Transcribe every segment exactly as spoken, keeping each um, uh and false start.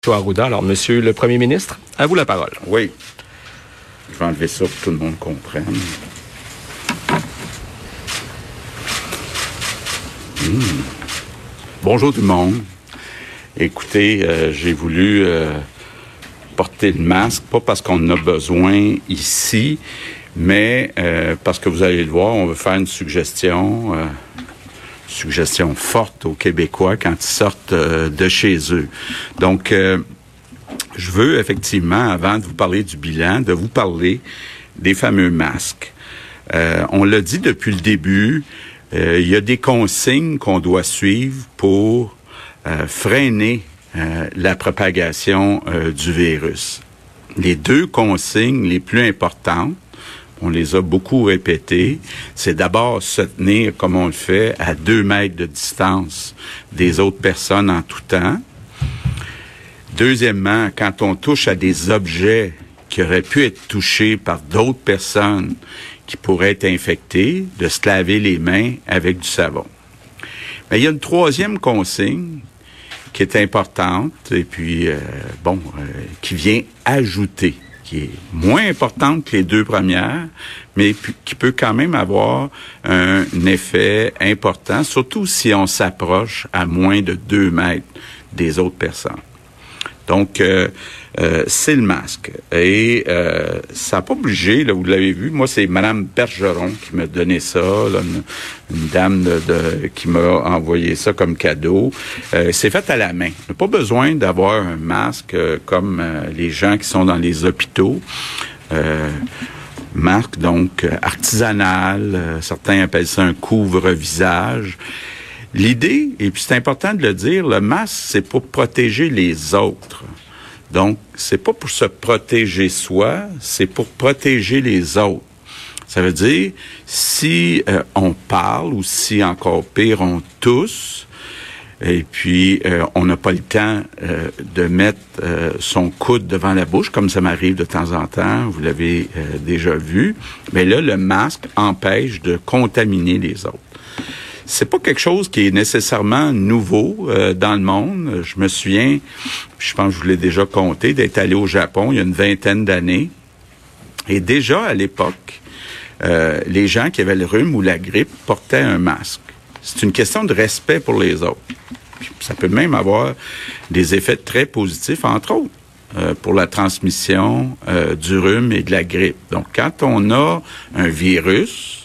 Arruda. Alors, Monsieur le Premier ministre, à vous la parole. Oui. Je vais enlever ça pour que tout le monde comprenne. Mmh. Bonjour tout le monde. Écoutez, euh, j'ai voulu euh, porter le masque, pas parce qu'on en a besoin ici, mais euh, parce que vous allez le voir, on veut faire une suggestion... Euh, suggestion forte aux Québécois quand ils sortent euh, de chez eux. Donc, euh, je veux effectivement, avant de vous parler du bilan, de vous parler des fameux masques. Euh, on l'a dit depuis le début, euh, il y a des consignes qu'on doit suivre pour euh, freiner euh, la propagation euh, du virus. Les deux consignes les plus importantes, on les a beaucoup répétées, c'est d'abord se tenir, comme on le fait, à deux mètres de distance des autres personnes en tout temps. Deuxièmement, quand on touche à des objets qui auraient pu être touchés par d'autres personnes qui pourraient être infectées, de se laver les mains avec du savon. Mais il y a une troisième consigne qui est importante et puis, euh, bon, euh, qui vient ajouter, qui est moins importante que les deux premières, mais qui peut quand même avoir un effet important, surtout si on s'approche à moins de deux mètres des autres personnes. Donc, euh, euh, c'est le masque. Et euh, ça n'a pas bougé, là, vous l'avez vu. Moi, c'est Mme Bergeron qui m'a donné ça, là, une, une dame de, de, qui m'a envoyé ça comme cadeau. Euh, c'est fait à la main. On n'a pas besoin d'avoir un masque euh, comme euh, les gens qui sont dans les hôpitaux. Euh, marque, donc, artisanale. Euh, certains appellent ça un couvre-visage. L'idée, et puis c'est important de le dire, le masque, c'est pour protéger les autres. Donc, c'est pas pour se protéger soi, c'est pour protéger les autres. Ça veut dire, si euh, on parle, ou si encore pire, on tousse, et puis euh, on n'a pas le temps euh, de mettre euh, son coude devant la bouche, comme ça m'arrive de temps en temps, vous l'avez euh, déjà vu, mais là, le masque empêche de contaminer les autres. C'est pas quelque chose qui est nécessairement nouveau euh, dans le monde. Je me souviens, je pense que je vous l'ai déjà compté, d'être allé au Japon il y a une vingtaine d'années. Et déjà, à l'époque, euh, les gens qui avaient le rhume ou la grippe portaient un masque. C'est une question de respect pour les autres. Puis, ça peut même avoir des effets très positifs, entre autres, euh, pour la transmission euh, du rhume et de la grippe. Donc, quand on a un virus,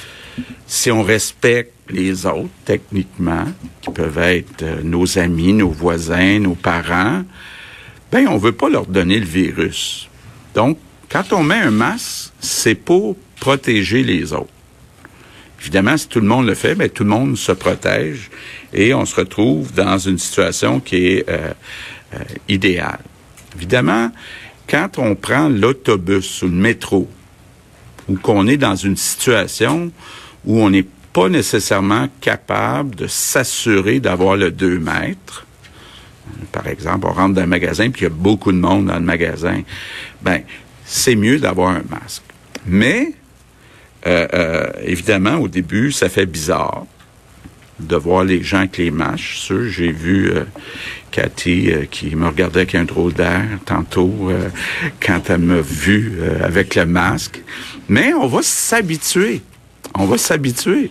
si on respecte les autres, techniquement, qui peuvent être euh, nos amis, nos voisins, nos parents, ben on veut pas leur donner le virus. Donc, quand on met un masque, c'est pour protéger les autres. Évidemment, si tout le monde le fait, ben tout le monde se protège et on se retrouve dans une situation qui est euh, euh, idéale. Évidemment, quand on prend l'autobus ou le métro, ou qu'on est dans une situation où on n'est pas nécessairement capable de s'assurer d'avoir le deux mètres. Par exemple, on rentre dans un magasin puis il y a beaucoup de monde dans le magasin. Ben, c'est mieux d'avoir un masque. Mais, euh, euh, évidemment, au début, ça fait bizarre de voir les gens avec les masques. Sûr, j'ai vu euh, Cathy euh, qui me regardait avec un drôle d'air tantôt euh, quand elle m'a vu euh, avec le masque. Mais on va s'habituer. On va s'habituer.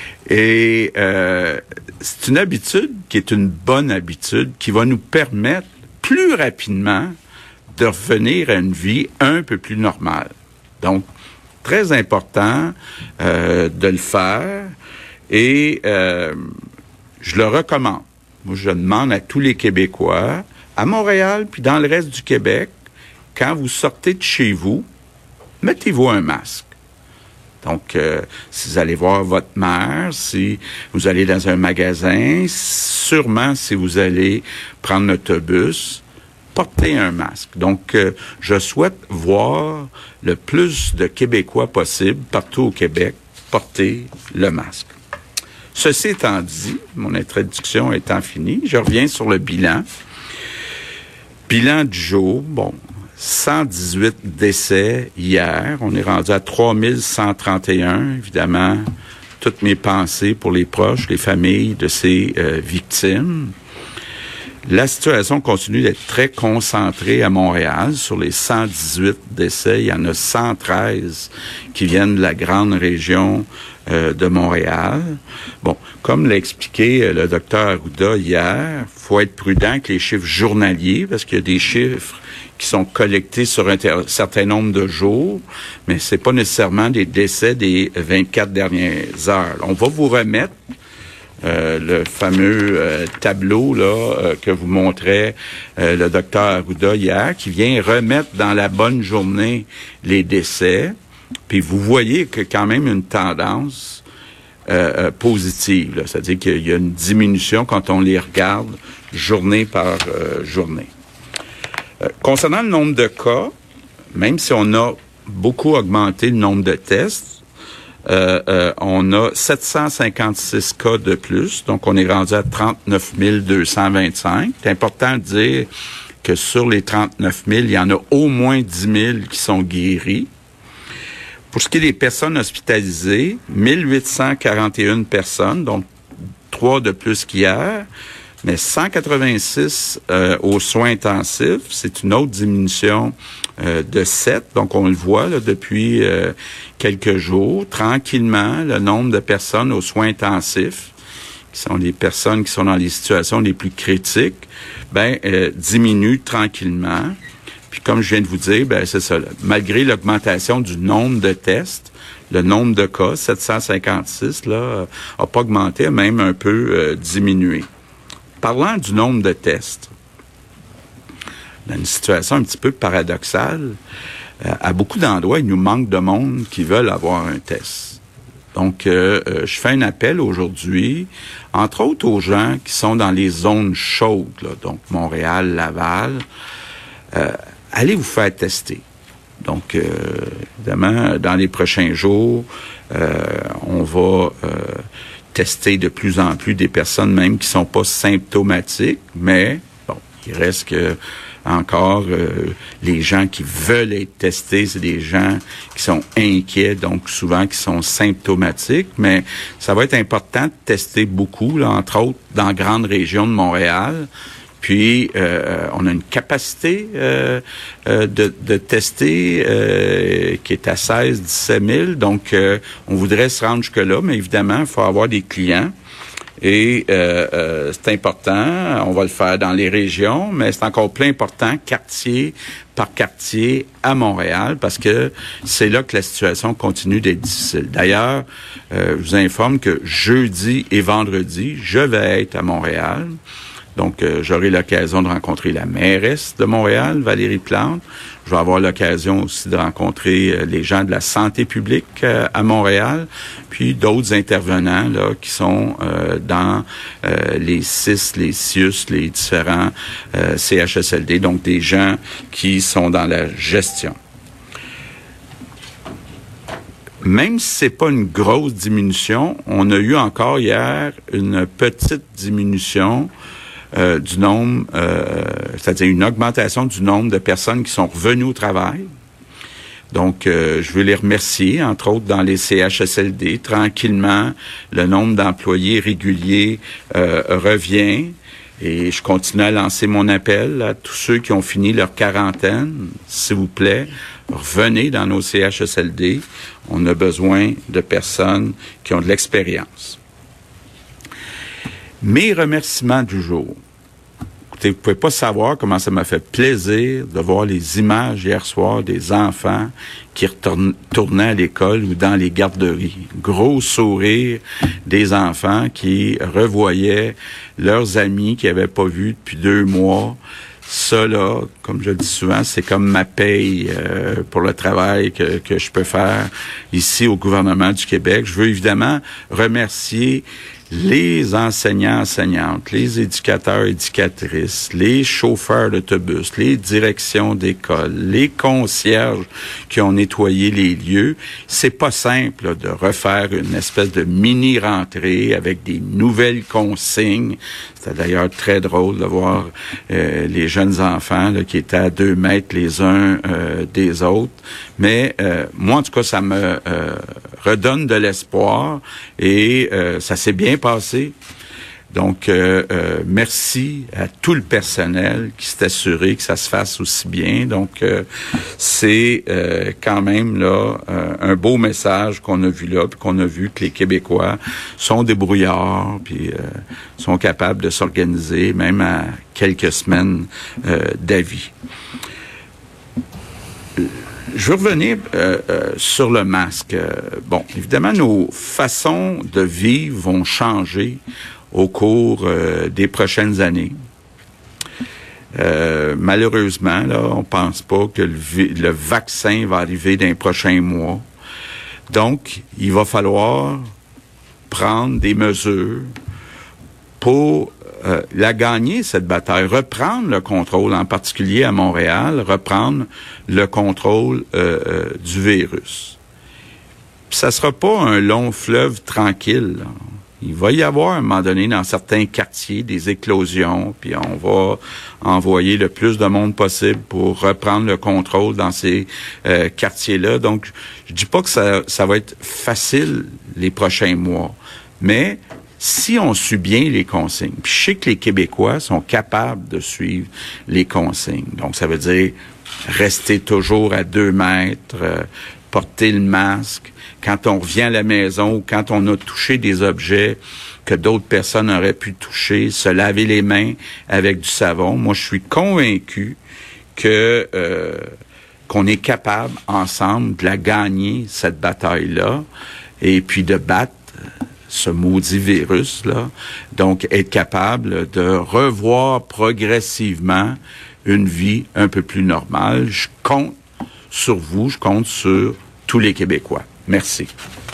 Et euh, c'est une habitude qui est une bonne habitude qui va nous permettre plus rapidement de revenir à une vie un peu plus normale. Donc, très important euh, de le faire et euh, je le recommande. Moi, je demande à tous les Québécois, à Montréal puis dans le reste du Québec, quand vous sortez de chez vous, mettez-vous un masque. Donc, euh, si vous allez voir votre mère, si vous allez dans un magasin, sûrement si vous allez prendre l'autobus, portez un masque. Donc, euh, je souhaite voir le plus de Québécois possible, partout au Québec, porter le masque. Ceci étant dit, mon introduction étant finie, je reviens sur le bilan. Bilan du jour, bon... cent dix-huit décès hier. On est rendu à trois mille cent trente et un. Évidemment, toutes mes pensées pour les proches, les familles de ces euh, victimes. La situation continue d'être très concentrée à Montréal. Sur les cent dix-huit décès, il y en a cent treize qui viennent de la grande région euh, de Montréal. Bon, comme l'a expliqué euh, le docteur Arruda hier, faut être prudent avec les chiffres journaliers parce qu'il y a des chiffres qui sont collectés sur un ter- certain nombre de jours, mais c'est pas nécessairement des décès des vingt-quatre dernières heures. On va vous remettre Euh, le fameux euh, tableau là euh, que vous montrait euh, le docteur Arruda hier, qui vient remettre dans la bonne journée les décès. Puis vous voyez que quand même une tendance euh, euh, positive, là. C'est-à-dire qu'il y a une diminution quand on les regarde journée par euh, journée. Euh, concernant le nombre de cas, même si on a beaucoup augmenté le nombre de tests, Euh, euh, on a sept cent cinquante-six cas de plus, donc on est rendu à trente-neuf mille deux cent vingt-cinq. C'est important de dire que sur les trente-neuf mille, il y en a au moins dix mille qui sont guéris. Pour ce qui est des personnes hospitalisées, mille huit cent quarante et une personnes, donc trois de plus qu'hier, mais cent quatre-vingt-six euh, aux soins intensifs. C'est une autre diminution euh, de sept. Donc, on le voit là, depuis euh, quelques jours. Tranquillement, le nombre de personnes aux soins intensifs, qui sont les personnes qui sont dans les situations les plus critiques, ben euh, diminue tranquillement. Puis, comme je viens de vous dire, ben c'est ça. Là, malgré l'augmentation du nombre de tests, le nombre de cas, sept cent cinquante-six, là, a pas augmenté, a même un peu euh, diminué. Parlant du nombre de tests, dans une situation un petit peu paradoxale, euh, à beaucoup d'endroits, il nous manque de monde qui veulent avoir un test. Donc, euh, euh, je fais un appel aujourd'hui, entre autres aux gens qui sont dans les zones chaudes, là, donc Montréal, Laval, euh, allez vous faire tester. Donc, euh, évidemment, dans les prochains jours, euh, on va euh, tester de plus en plus des personnes même qui sont pas symptomatiques, mais bon, il reste que encore euh, les gens qui veulent être testés, c'est des gens qui sont inquiets, donc souvent qui sont symptomatiques, mais ça va être important de tester beaucoup, là, entre autres dans la grande région de Montréal. Puis, euh, on a une capacité euh, euh, de, de tester euh, qui est à seize à dix-sept mille. Donc, euh, on voudrait se rendre jusque-là, mais évidemment, il faut avoir des clients. Et euh, euh, c'est important. On va le faire dans les régions, mais c'est encore plus important, quartier par quartier à Montréal, parce que c'est là que la situation continue d'être difficile. D'ailleurs, euh, je vous informe que jeudi et vendredi, je vais être à Montréal. Donc, euh, j'aurai l'occasion de rencontrer la mairesse de Montréal, Valérie Plante. Je vais avoir l'occasion aussi de rencontrer euh, les gens de la santé publique euh, à Montréal, puis d'autres intervenants là qui sont euh, dans euh, les C I S, les C I U S, les différents euh, C H S L D, donc des gens qui sont dans la gestion. Même si c'est pas une grosse diminution, on a eu encore hier une petite diminution Euh, du nombre, euh, c'est-à-dire une augmentation du nombre de personnes qui sont revenues au travail. Donc, euh, je veux les remercier, entre autres dans les C H S L D. Tranquillement, le nombre d'employés réguliers euh, revient. Et je continue à lancer mon appel à tous ceux qui ont fini leur quarantaine. S'il vous plaît, revenez dans nos C H S L D. On a besoin de personnes qui ont de l'expérience. Mes remerciements du jour. Écoutez, vous pouvez pas savoir comment ça m'a fait plaisir de voir les images hier soir des enfants qui retournaient à l'école ou dans les garderies. Gros sourire des enfants qui revoyaient leurs amis qu'ils n'avaient pas vus depuis deux mois. Ça, là, comme je le dis souvent, c'est comme ma paye euh, pour le travail que, que je peux faire ici au gouvernement du Québec. Je veux évidemment remercier les enseignants, enseignantes, les éducateurs, éducatrices, les chauffeurs d'autobus, les directions d'école, les concierges qui ont nettoyé les lieux. C'est pas simple là, de refaire une espèce de mini-rentrée avec des nouvelles consignes. C'était d'ailleurs très drôle de voir euh, les jeunes enfants là, qui étaient à deux mètres les uns euh, des autres. Mais euh, moi, en tout cas, ça me euh, redonne de l'espoir et euh, ça s'est bien passé. Donc, euh, euh, merci à tout le personnel qui s'est assuré que ça se fasse aussi bien. Donc, euh, c'est euh, quand même là euh, un beau message qu'on a vu là, puis qu'on a vu que les Québécois sont débrouillards, puis euh, sont capables de s'organiser, même à quelques semaines euh, d'avis. Je veux revenir euh, euh, sur le masque. Euh, bon, évidemment, nos façons de vivre vont changer au cours euh, des prochaines années. Euh, malheureusement, là, on pense pas que le, vi- le vaccin va arriver dans les prochains mois. Donc, il va falloir prendre des mesures pour euh, la gagner, cette bataille, reprendre le contrôle, en particulier à Montréal, reprendre le contrôle euh, euh, du virus. Puis ça sera pas un long fleuve tranquille, là. Il va y avoir, à un moment donné, dans certains quartiers, des éclosions, puis on va envoyer le plus de monde possible pour reprendre le contrôle dans ces euh, quartiers-là. Donc, je dis pas que ça, ça va être facile les prochains mois, mais si on suit bien les consignes, puis je sais que les Québécois sont capables de suivre les consignes, donc ça veut dire rester toujours à deux mètres, euh, porter le masque, quand on revient à la maison ou quand on a touché des objets que d'autres personnes auraient pu toucher, se laver les mains avec du savon. Moi, je suis convaincu que euh, qu'on est capable ensemble de la gagner, cette bataille-là, et puis de battre ce maudit virus-là. Donc, être capable de revoir progressivement une vie un peu plus normale. Je compte sur vous, je compte sur tous les Québécois. Merci.